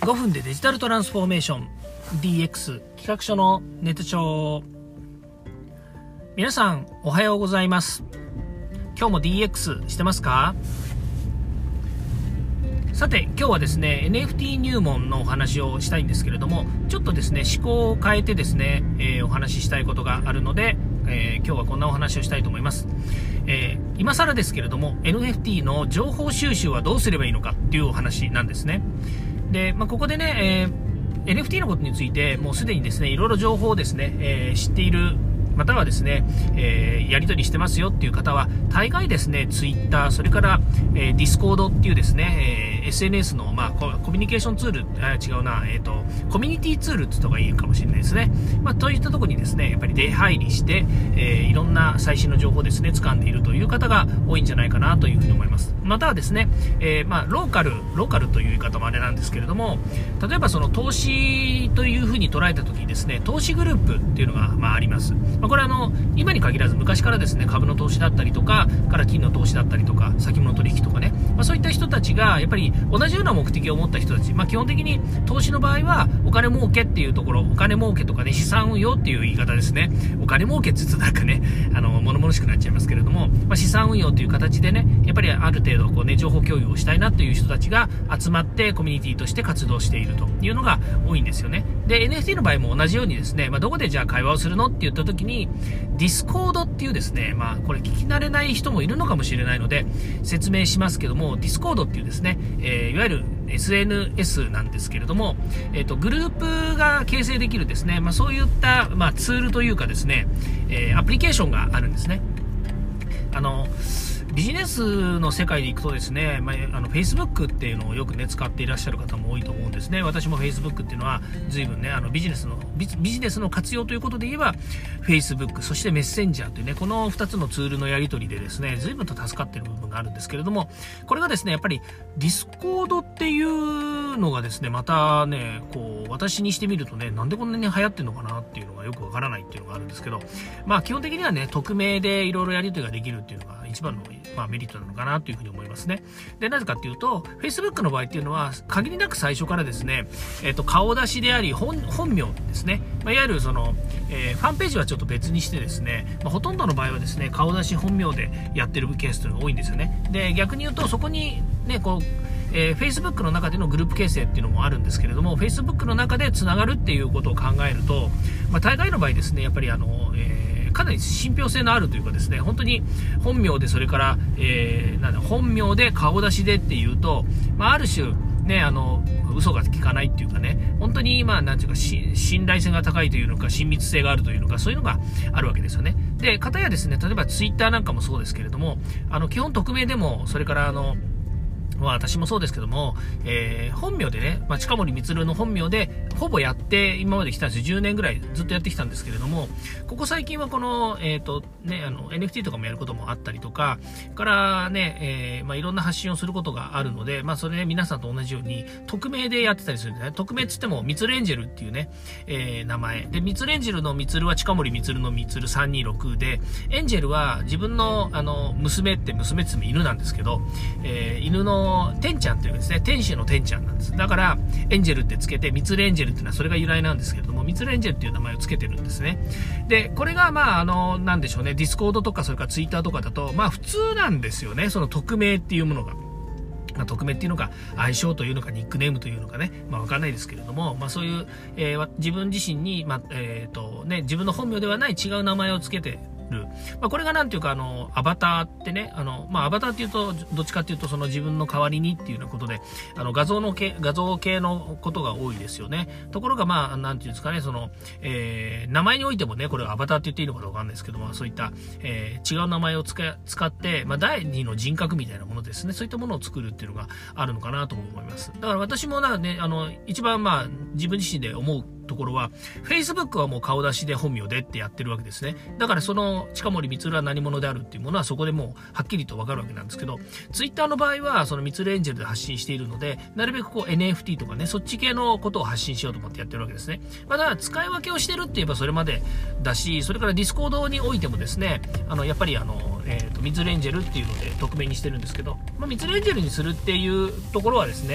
5分でデジタルトランスフォーメーション DX 企画書のネタ帳。皆さんおはようございます。今日も DX してますか？さて今日はですね NFT 入門のお話をしたいんですけれども、ちょっとですね思考を変えてですね、お話ししたいことがあるので、今日はこんなお話をしたいと思います。今更ですけれども NFT の情報収集はどうすればいいのかっていうお話なんですね。で、ここでね、NFT のことについてもうすでにですねいろいろ情報をですね、知っているまたはですね、やり取りしてますよっていう方は大概ですね Twitter それから、Discord っていうですね、SNS の、コミュニケーションツール、違うな、コミュニティツールって言った方がいいかもしれないですね。といったところにですねやっぱり出入りして、いろんな最新の情報をですね掴んでいるという方が多いんじゃないかなというふうに思います。またはですね、ローカルという言い方もあれなんですけれども、例えばその投資というふうに捉えた時にですね投資グループっていうのが、あります。これは今に限らず昔からですね株の投資だったりとかから金の投資だったりとか先物取引とかね、そういった人たちがやっぱり同じような目的を持った人たち、基本的に投資の場合はお金儲けっていうところ、お金儲けとかね資産運用っていう言い方ですね。お金儲けって言うとなんかね物々しくなっちゃいますけれども、資産運用という形でねやっぱりある程度こうね情報共有をしたいなという人たちが集まってコミュニティとして活動しているというのが多いんですよね。で NFT の場合も同じようにですね、どこでじゃあ会話をするのって言った時にディスコードっていうですね、これ聞き慣れない人もいるのかもしれないので説明しますけども、ディスコードっていうですね、いわゆる SNS なんですけれども、グループが形成できるですね、そういった、ツールというかですね、アプリケーションがあるんですね。ビジネスの世界でいくとですね、Facebook っていうのをよくね使っていらっしゃる方も多いと思うんですね。私も Facebook っていうのは随分ねビジネスの活用ということで言えば Facebook そしてメッセンジャーというねこの2つのツールのやり取りでですね随分と助かっている部分があるんですけれども、これがですねやっぱり Discord っていうのがですねまたねこう私にしてみるとねなんでこんなに流行ってるのかなっていうのがよくわからないっていうのがあるんですけど、基本的にはね匿名でいろいろやり取りができるっていうのが一番のメリットなのかなというふうに思いますね。で、なぜかっていうと、Facebook の場合っていうのは、限りなく最初からですね、顔出しであり、本名ですね。いわゆるその、ファンページはちょっと別にしてですね、ほとんどの場合はですね、顔出し本名でやってるケースというのが多いんですよね。で、逆に言うと、そこにね、Facebook の中でのグループ形成っていうのもあるんですけれども、Facebook の中でつながるっていうことを考えると、大概の場合ですね、やっぱりかなり信憑性のあるというかですね、本当に本名でそれから、本名で顔出しでっていうと、ある種ね嘘が効かないっていうかね、本当になんていうか信頼性が高いというのか親密性があるというのかそういうのがあるわけですよね。で、片やですね例えば Twitter なんかもそうですけれども、基本匿名でもそれから私もそうですけども、本名でね、近森光の本名でほぼやって今まで来たんですよ。10年ぐらいずっとやってきたんですけれども、ここ最近はこの、NFT とかもやることもあったりとか、からね、いろんな発信をすることがあるので、それね、皆さんと同じように匿名でやってたりするんですね。匿名っつっても、ミツルエンジェルっていうね、名前。で、ミツルエンジェルのミツルは近森光のミツル326で、エンジェルは自分の、娘って言っても犬なんですけど、犬のテンちゃんというですね、天使のテンちゃんなんです。だから、エンジェルってつけて、ミツルエンジェルっていうのはそれが由来なんですけれども、ミツルエンジェルっていう名前をつけてるんですね。で、これがなんでしょうね、ディスコードとかそれからツイッターとかだと、普通なんですよね、その匿名っていうものが。匿名っていうのか愛称というのかニックネームというのかね、わかんないですけれども、そういう、自分自身に、自分の本名ではない違う名前をつけてる。これがなんていうかアバターってね、アバターっていうとどっちかっていうとその自分の代わりにっていうようなことで画像系のことが多いですよね。ところがなんていうんですかね、その、名前においてもねこれアバターって言っていいのかわかんないですけども、そういった、違う名前を使って、第二の人格みたいなものですね、そういったものを作るっていうのがあるのかなと思います。だから私も一番自分自身で思うところは Facebook はもう顔出しで本名でってやってるわけですね。だからその近森光は何者であるっていうものはそこでもうはっきりと分かるわけなんですけど、 Twitter の場合はその光エンジェルで発信しているので、なるべくNFT とかねそっち系のことを発信しようと思ってやってるわけですね。だから使い分けをしてるって言えばそれまでだし、それから Discord においてもですねやっぱりミツルエンジェルっていうので匿名にしてるんですけど、ミツルエンジェルにするっていうところはですね、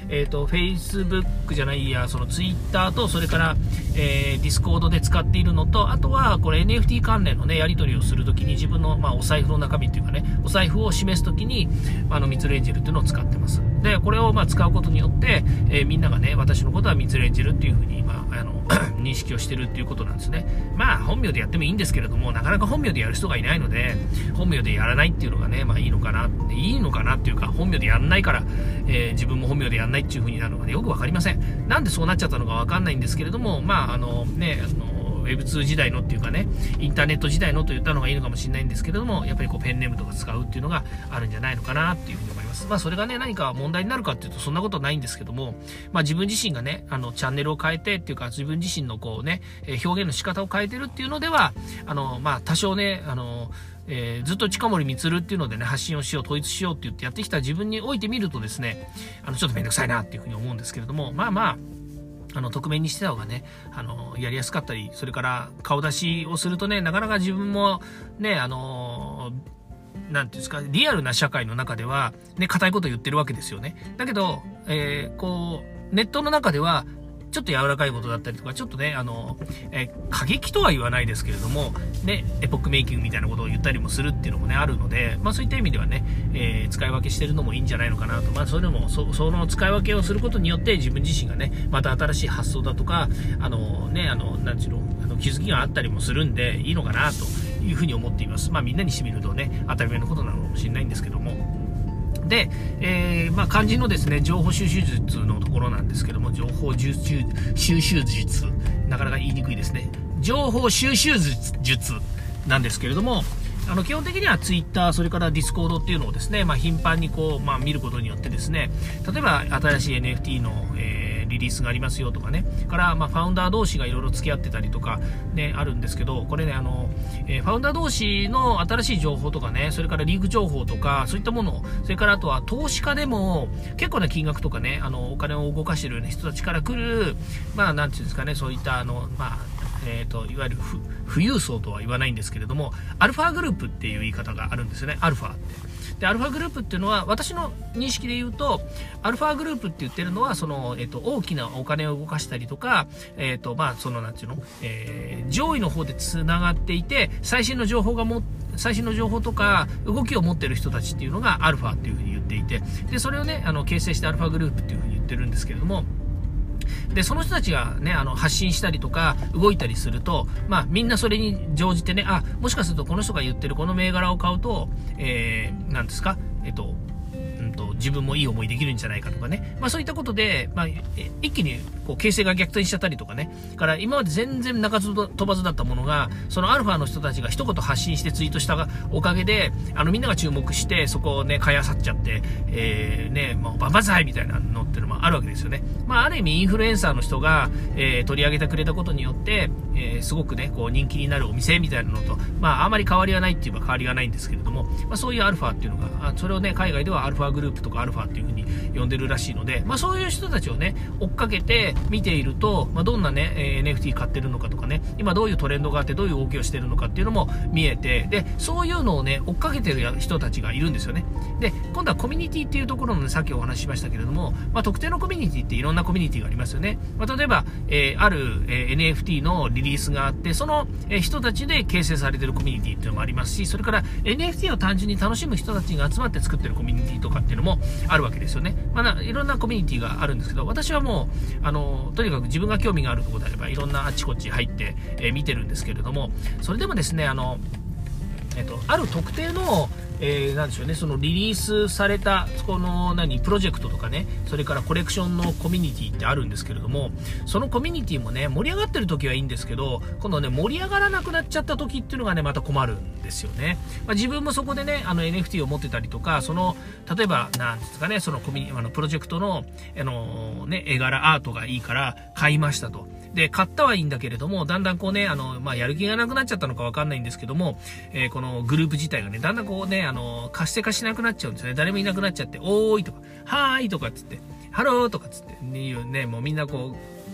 Facebook じゃないや、その Twitter と、それから、Discord で使っているのと、あとは、これ NFT 関連のね、やり取りをするときに自分の、お財布の中身っていうかね、お財布を示すときに、ミツルエンジェルっていうのを使ってます。で、これを使うことによって、みんながね、私のことはミツルエンジェルっていうふうに、認識をしてるっていうことなんですね。本名でやってもいいんですけれども、なかなか本名でやる人がいないので、本名でやらないっていうのがね、いいのかなっていうか、本名でやらないから、自分も本名でやらないっていう風になるのがね、よくわかりません。なんでそうなっちゃったのかわかんないんですけれども、Web2 時代のっていうかね、インターネット時代のと言ったのがいいのかもしれないんですけれども、やっぱりペンネームとか使うっていうのがあるんじゃないのかなっていうふうに思います。それがね、何か問題になるかっていうと、そんなことはないんですけども、自分自身がね、チャンネルを変えてっていうか、自分自身の表現の仕方を変えてるっていうのでは、多少ね、ずっと近森光っていうのでね、発信をしよう、統一しようって言ってやってきた自分においてみるとですね、ちょっとめんどくさいなっていうふうに思うんですけれども、匿名にしてた方がね、やりやすかったり、それから顔出しをするとね、なかなか自分もね、なんていうんですか、リアルな社会の中では、ね、固いこと言ってるわけですよね。だけど、ネットの中では、ちょっと柔らかいことだったりとか、ちょっとね、過激とは言わないですけれども、ね、エポックメイキングみたいなことを言ったりもするっていうのもね、あるので、そういった意味ではね、使い分けしてるのもいいんじゃないのかなと。それも、その使い分けをすることによって、自分自身がね、また新しい発想だとか、なんていうの、気づきがあったりもするんで、いいのかなというふうに思っています。みんなにしてみるとね、当たり前のことなのかもしれないんですけども。で、肝心のですね、情報収集術のところなんですけども、情報収集術、なかなか言いにくいですね。情報収集術なんですけれども、基本的にはツイッター、それからディスコードっていうのをですね、頻繁に見ることによってですね、例えば新しい NFT の、リリースがありますよとかね、から、ファウンダー同士がいろいろ付き合ってたりとかね、あるんですけど、これね、ファウンダー同士の新しい情報とかね、それからリーク情報とか、そういったもの、それからあとは投資家でも、結構な金額とかね、お金を動かしているような人たちから来る、なんていうんですかね、そういったいわゆる富裕層とは言わないんですけれども、アルファグループっていう言い方があるんですよね、アルファって。で、アルファグループっていうのは、私の認識で言うと、アルファグループって言ってるのは、大きなお金を動かしたりとか、なんていうの、上位の方で繋がっていて、最新の情報とか、動きを持ってる人たちっていうのがアルファっていうふうに言っていて、で、それをね、形成してアルファグループっていうふうに言ってるんですけれども、で、その人たちがね、発信したりとか、動いたりすると、みんなそれに乗じてね、もしかするとこの人が言ってるこの銘柄を買うと、なんですか、自分もいい思いできるんじゃないかとかね。そういったことで、一気に形勢が逆転しちゃったりとかね。から今まで全然鳴かず飛ばずだったものが、そのアルファの人たちが一言発信してツイートしたおかげで、みんなが注目して、そこをね、買い漁っちゃって、もうバンバンザイみたいなのっていうのもあるわけですよね。ある意味インフルエンサーの人が、取り上げてくれたことによって、すごくね、人気になるお店みたいなのと、あまり変わりはないって言えば変わりがないんですけれども、そういうアルファっていうのが、それをね、海外ではアルファグループとかアルファっていう風に呼んでるらしいので、そういう人たちをね、追っかけて見ていると、どんなね、NFT 買ってるのかとかね、今どういうトレンドがあってどういう動きをしてるのかっていうのも見えて、で、そういうのをね、追っかけてる人たちがいるんですよね。で、今度はコミュニティっていうところのね、さっきお話ししましたけれども、特定のコミュニティっていろんなコミュニティがありますよね。例えば、ある、NFT のリリースがあって、その、人たちで形成されてるコミュニティっていうのもありますし、それから NFT を単純に楽しむ人たちが集まって作ってるコミュニティとかっていうのもあるわけですよね。いろんなコミュニティがあるんですけど、私はもう、とにかく自分が興味があるところであれば、いろんなあっちこっち入って、見てるんですけれども、それでもですね、ある特定の、なんでしょうね、そのリリースされた、このプロジェクトとかね、それからコレクションのコミュニティってあるんですけれども、そのコミュニティもね、盛り上がってる時はいいんですけど、今度ね、盛り上がらなくなっちゃった時っていうのがね、また困るんですよね。自分もそこでね、NFT を持ってたりとか、例えば、なんですかね、そのプロジェクトの、絵柄、アートがいいから買いましたと。で、買ったはいいんだけれども、だんだんやる気がなくなっちゃったのかわかんないんですけども、このグループ自体がね、だんだん活性化しなくなっちゃうんですよね。誰もいなくなっちゃって、おーいとか、はーいとかっつって、ハローとかっつって、いうね、もうみんな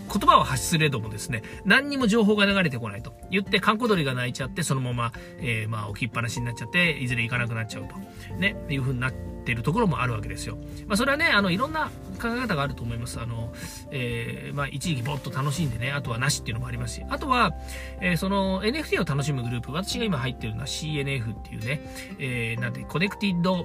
葉は発すれどもですね、何にも情報が流れてこないと言って、閑古鳥が鳴いちゃって、そのまま、置きっぱなしになっちゃって、いずれ行かなくなっちゃうと。ね、いう風になっているところもあるわけですよ。それはね、いろんな考え方があると思います。一時期ぼっと楽しんでね、あとはなしっていうのもありますし、あとは、その NFT を楽しむグループ、私が今入ってるのは CNF っていうね、コネクティッド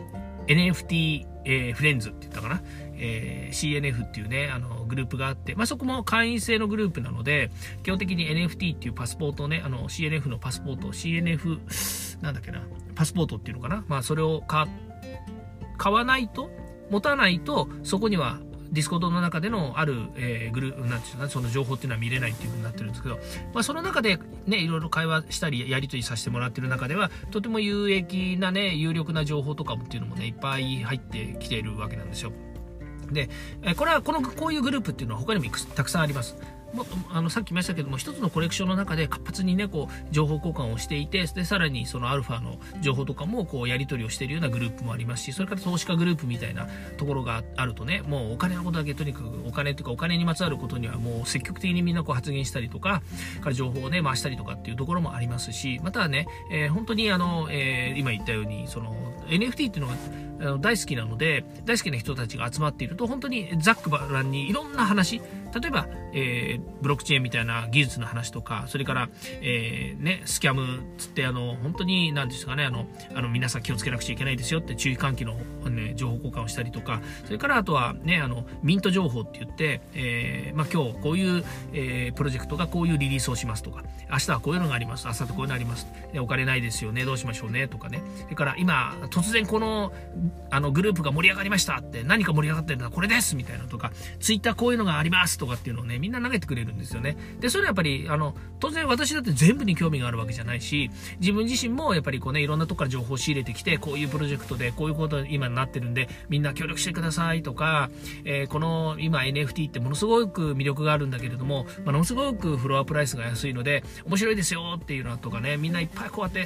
NFT、フレンズって言ったかな、CNF っていうね、グループがあって、そこも会員制のグループなので、基本的に NFT っていうパスポートをね、CNF のパスポート、CNF、パスポートっていうのかな、それを買わないと、持たないと、そこにはディスコードの中でのある、グループ、なんていうか、その情報っていうのは見れないっていう風になってるんですけど、その中でね、いろいろ会話したり、やり取りさせてもらってる中では、とても有益なね、有力な情報とかっていうのもね、いっぱい入ってきているわけなんですよ。で、こういうグループっていうのは他にもたくさんあります。さっき言いましたけども、一つのコレクションの中で活発にね、情報交換をしていて、で、さらにそのアルファの情報とかもやり取りをしているようなグループもありますし、それから投資家グループみたいなところがあるとね、もうお金のことだけとにかくお金っていうかお金にまつわることにはもう積極的にみんな発言したりとか、から情報をね、回したりとかっていうところもありますし、またはね、本当に今言ったように、その NFT っていうのが大好きなので、大好きな人たちが集まっていると、本当にざっくばらんにいろんな話、例えば、ブロックチェーンみたいな技術の話とか、それから、スキャムつって本当に何ですかね、皆さん気をつけなくちゃいけないですよって注意喚起の、情報交換をしたりとか、それからあとはね、ミント情報って言って、今日こういう、プロジェクトがこういうリリースをしますとか、明日はこういうのがあります、明後日こういうのあります、お金ないですよね、どうしましょうねとかね、それから今突然このグループが盛り上がりましたって、何か盛り上がってるのはこれですみたいなとか、ツイッターこういうのがありますとかっていうのをね、みんな投げてくれるんですよね。で、それはやっぱり当然私だって全部に興味があるわけじゃないし、自分自身もやっぱりいろんなとこから情報を仕入れてきて、こういうプロジェクトでこういうこと今になってるんで、みんな協力してくださいとか、この今 NFT ってものすごく魅力があるんだけれども、ものすごくフロアプライスが安いので面白いですよっていうのとかね、みんないっぱいこうやって、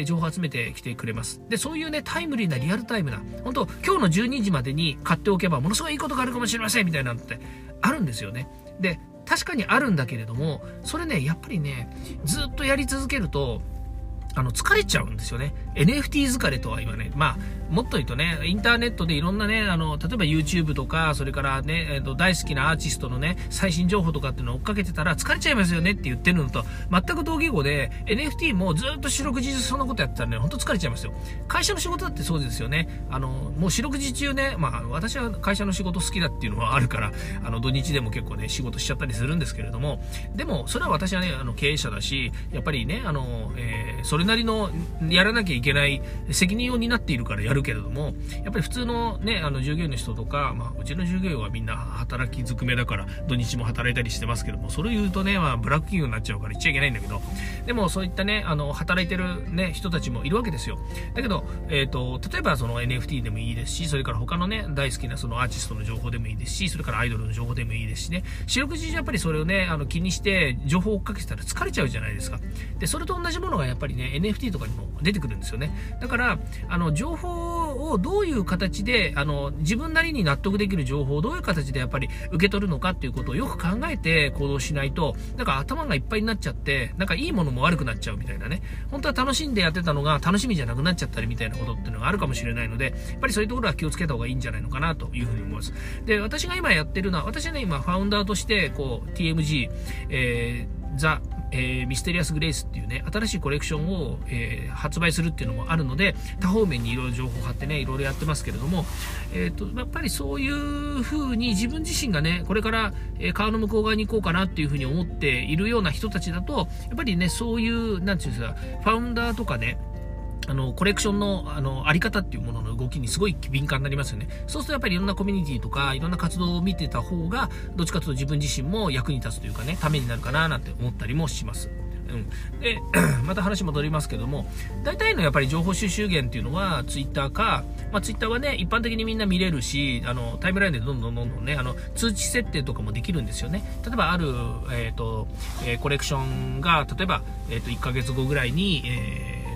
情報を集めてきてくれます。で、そういうね、タイムリーなリアルタイムな、本当今日の12時までに買っておけばものすごいいいことがあるかもしれませんみたいなのってあるんですよね。で、確かにあるんだけれども、それね、やっぱりね、ずっとやり続けると疲れちゃうんですよね。NFT 疲れとは今ね、もっと言うとね、インターネットでいろんなね、例えば YouTube とか、それからね、大好きなアーティストのね、最新情報とかっていうのを追っかけてたら疲れちゃいますよねって言ってるのと、全く同義語で、NFT もずっと四六時中そんなことやってたらね、ほんと疲れちゃいますよ。会社の仕事だってそうですよね。もう四六時中ね、私は会社の仕事好きだっていうのはあるから、土日でも結構ね、仕事しちゃったりするんですけれども、でも、それは私はね、経営者だし、やっぱりね、それなりのやらなきゃいけない責任を担っているからやるけれども、やっぱり普通のね、従業員の人とか、うちの従業員はみんな働きずくめだから土日も働いたりしてますけども、それを言うとね、ブラック企業になっちゃうから言っちゃいけないんだけど、でもそういったね、働いてるね、人たちもいるわけですよ。だけど、例えばその NFT でもいいですし、それから他のね、大好きなそのアーティストの情報でもいいですし、それからアイドルの情報でもいいですしね、四六時中やっぱりそれをね、気にして情報を追っかけてたら疲れちゃうじゃないですか。で、それと同じものがやっぱりね、NFT とかにも出てくるんですよね。だから情報をどういう形で自分なりに納得できる情報をどういう形でやっぱり受け取るのかっていうことをよく考えて行動しないと、なんか頭がいっぱいになっちゃって、なんかいいものも悪くなっちゃうみたいなね、本当は楽しんでやってたのが楽しみじゃなくなっちゃったりみたいなことっていうのがあるかもしれないので、やっぱりそういうところは気をつけた方がいいんじゃないのかなというふうに思います。で、私が今やってるのは、私はね、今ファウンダーとしてTMG、ザ・ミステリアス・グレイスっていうね、新しいコレクションを、発売するっていうのもあるので、多方面にいろいろ情報を貼ってね、いろいろやってますけれども、やっぱりそういう風に自分自身がね、これから、川の向こう側に行こうかなっていう風に思っているような人たちだと、やっぱりね、そういう、なんていうんですか、ファウンダーとかね、コレクションのあり方っていうものの動きにすごい敏感になりますよね。そうするとやっぱりいろんなコミュニティとかいろんな活動を見てた方がどっちかというと自分自身も役に立つというかね、ためになるかななんて思ったりもします。でまた話戻りますけども、大体のやっぱり情報収集源っていうのはツイッターか、ツイッターはね一般的にみんな見れるし、タイムラインでどんどんね通知設定とかもできるんですよね。例えばある、コレクションが例えば、1ヶ月後ぐらいに、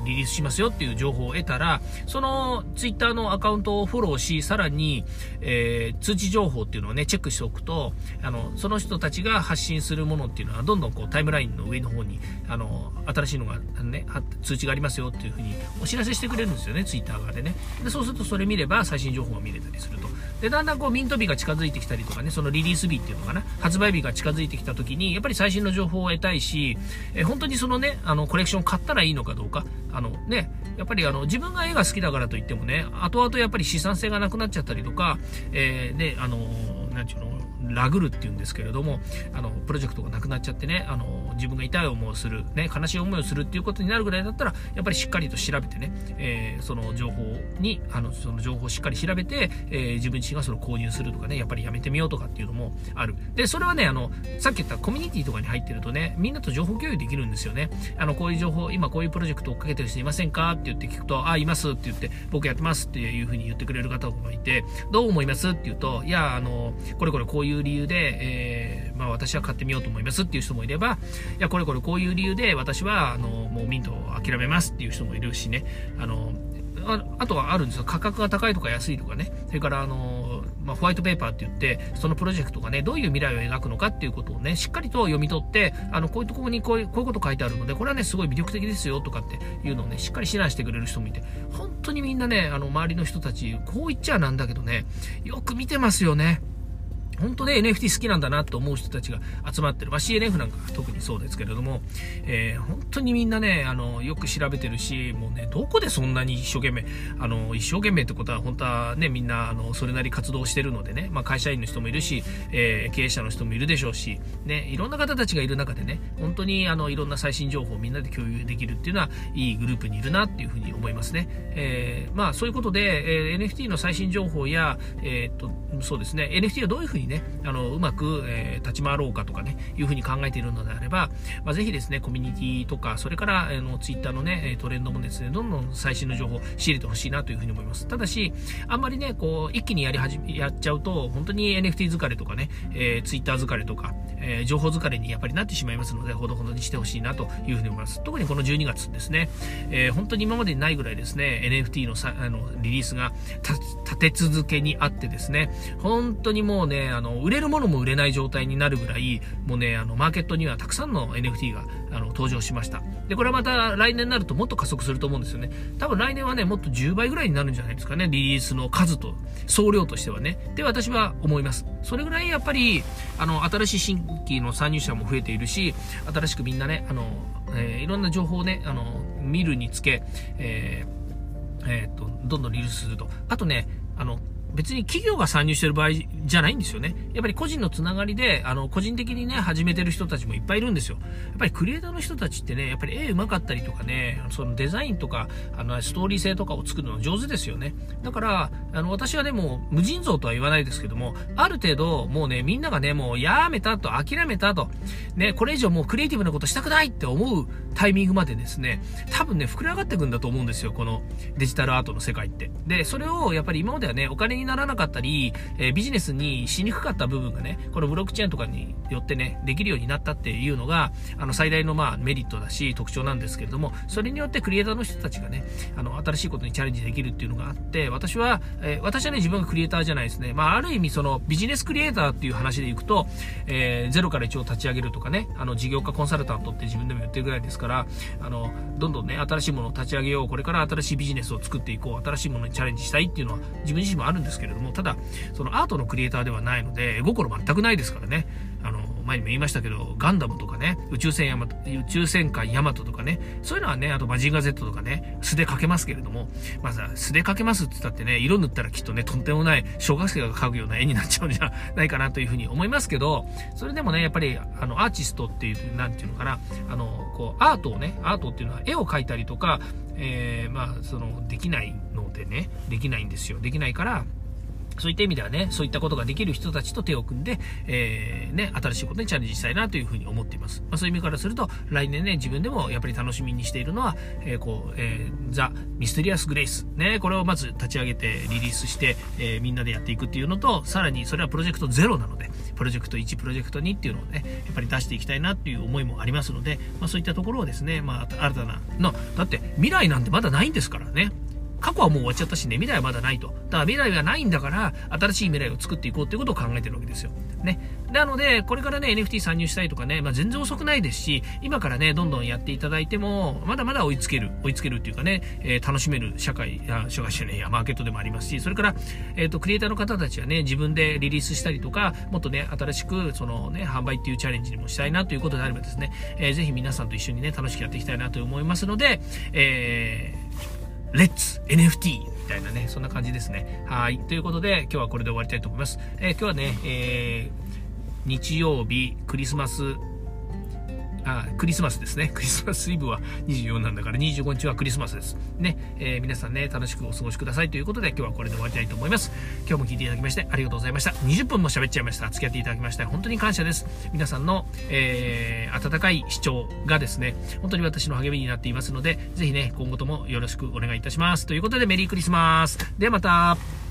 リリースしますよっていう情報を得たら、そのツイッターのアカウントをフォローし、さらに、通知情報っていうのをねチェックしておくと、その人たちが発信するものっていうのはどんどんこうタイムラインの上の方に新しいのがね通知がありますよっていうふうにお知らせしてくれるんですよね、ツイッター側でね。でそうするとそれ見れば最新情報が見れたりすると。でだんだんこうミント日が近づいてきたりとかね、そのリリース日っていうのかな、発売日が近づいてきた時にやっぱり最新の情報を得たいし、本当にそのねコレクション買ったらいいのかどうか、やっぱり自分が絵が好きだからといってもね、後々やっぱり資産性がなくなっちゃったりとか、なんていうの、ラグルっていうんですけれども、プロジェクトがなくなっちゃってね、自分が痛い思いをする、ね、悲しい思いをするっていうことになるぐらいだったら、やっぱりしっかりと調べてね、その情報をしっかり調べて、自分自身がそれを購入するとかね、やっぱりやめてみようとかっていうのもある。で、それはね、さっき言ったコミュニティとかに入ってるとね、みんなと情報共有できるんですよね。こういう情報、今こういうプロジェクトを追っかけてる人いませんかって言って聞くと、いますって言って、僕やってますっていうふうに言ってくれる方もいて、どう思いますって言うと、いや、こういう理由で、私は買ってみようと思いますっていう人もいれば、いやこういう理由で私はもうミントを諦めますっていう人もいるしね、あとはあるんですよ。価格が高いとか安いとかね、それからホワイトペーパーって言って、そのプロジェクトがねどういう未来を描くのかっていうことをねしっかりと読み取って、こういうところにこういうこと書いてあるので、これはねすごい魅力的ですよとかっていうのをねしっかり指南してくれる人もいて、本当にみんなね周りの人たちこう言っちゃなんだけどね、よく見てますよね。本当ね NFT 好きなんだなと思う人たちが集まってる、CNF なんか特にそうですけれども、本当にみんなねよく調べてるし、もうねどこでそんなに一生懸命ってことは本当はねみんなそれなり活動してるのでね、会社員の人もいるし、経営者の人もいるでしょうしね、いろんな方たちがいる中でね、本当にいろんな最新情報をみんなで共有できるっていうのはいいグループにいるなっていうふうに思いますね。そういうことで、NFT の最新情報やそうですね NFT をどういうふうにねうまく、立ち回ろうかとかねいうふうに考えているのであれば、ぜひですねコミュニティとか、それからツイッターのねトレンドもですねどんどん最新の情報を仕入れてほしいなというふうに思います。ただしあんまりねこう一気にやっちゃうと本当に NFT 疲れとかね、ツイッター疲れとか、情報疲れにやっぱりなってしまいますので、ほどほどにしてほしいなというふうに思います。特にこの12月ですね、本当に今までにないぐらいですね NFT のリリースが立て続けにあってですね、本当にもうね売れるものも売れない状態になるぐらい、もうねマーケットにはたくさんの NFT が登場しました。でこれはまた来年になるともっと加速すると思うんですよね。多分来年はねもっと10倍ぐらいになるんじゃないですかね、リリースの数と総量としてはね、で私は思います。それぐらいやっぱり新しい新規の参入者も増えているし、新しくみんなねいろんな情報をね見るにつけ、どんどんリリースすると、あとね別に企業が参入してる場合じゃないんですよね。やっぱり個人のつながりで、個人的にね、始めてる人たちもいっぱいいるんですよ。やっぱりクリエイターの人たちってね、やっぱり絵上手かったりとかね、そのデザインとか、ストーリー性とかを作るの上手ですよね。だから、私はでも、無尽蔵とは言わないですけども、ある程度、もうね、みんながね、もうやめたと、諦めたと、ね、これ以上もうクリエイティブなことしたくないって思うタイミングまでですね、多分ね、膨れ上がっていくんだと思うんですよ、このデジタルアートの世界って。で、それをやっぱり今まではね、お金にならなかったり、ビジネスにしにくかった部分がね、このブロックチェーンとかによってね、できるようになったっていうのが、最大のメリットだし、特徴なんですけれども、それによってクリエイターの人たちがね、新しいことにチャレンジできるっていうのがあって、私はね、自分がクリエイターじゃないですね。ある意味そのビジネスクリエイターっていう話でいくと、ゼロから1を立ち上げるとかね、事業家コンサルタントって自分でも言ってるぐらいですから、どんどんね、新しいものを立ち上げよう、これから新しいビジネスを作っていこう、新しいものにチャレンジしたいっていうのは自分自身もあるんですけれども、ただ、そのアートのクリエイターではないので、絵心全くないですからね。前にも言いましたけど、ガンダムとかね、宇宙戦艦ヤマトとかね、そういうのはね、あとマジンガー Z とかね、素で描けますけれども、素で描けますって言ったってね、色塗ったらきっとね、とんでもない小学生が描くような絵になっちゃうんじゃないかなというふうに思いますけど、それでもね、やっぱり、アーティストっていう、なんていうのかな、アートっていうのは絵を描いたりとか、できないのでね、できないんですよ。できないから、 そういった意味ではね、そういったことができる人たちと手を組んで、新しいことにチャレンジしたいなというふうに思っています。そういう意味からすると、来年ね、自分でもやっぱり楽しみにしているのは、ザ・ミステリアス・グレイス。ね、これをまず立ち上げてリリースして、みんなでやっていくっていうのと、さらにそれはプロジェクト0なので、プロジェクト1、プロジェクト2っていうのをね、やっぱり出していきたいなっていう思いもありますので、そういったところをですね、新たな、だって未来なんてまだないんですからね。過去はもう終わっちゃったしね、未来はまだないと。だから未来がないんだから、新しい未来を作っていこうということを考えてるわけですよ。ね。なので、これからね、NFT 参入したいとかね、全然遅くないですし、今からね、どんどんやっていただいても、まだまだ追いつけるっていうかね、楽しめる社会じゃねえや、マーケットでもありますし、それから、クリエイターの方たちはね、自分でリリースしたりとか、もっとね、新しく、そのね、販売っていうチャレンジにもしたいなということであればですね、ぜひ皆さんと一緒にね、楽しくやっていきたいなと思いますので、レッツ NFT みたいなね、そんな感じですね。はい。ということで、今日はこれで終わりたいと思います。今日はね、日曜日、クリスマスですね。クリスマスイブは24なんだから25日はクリスマスです。ね。皆さんね、楽しくお過ごしくださいということで、今日はこれで終わりたいと思います。今日も聞いていただきましてありがとうございました。20分も喋っちゃいました。付き合っていただきまして本当に感謝です。皆さんの、温かい視聴がですね、本当に私の励みになっていますので、ぜひね、今後ともよろしくお願いいたします。ということで、メリークリスマス。ではまた。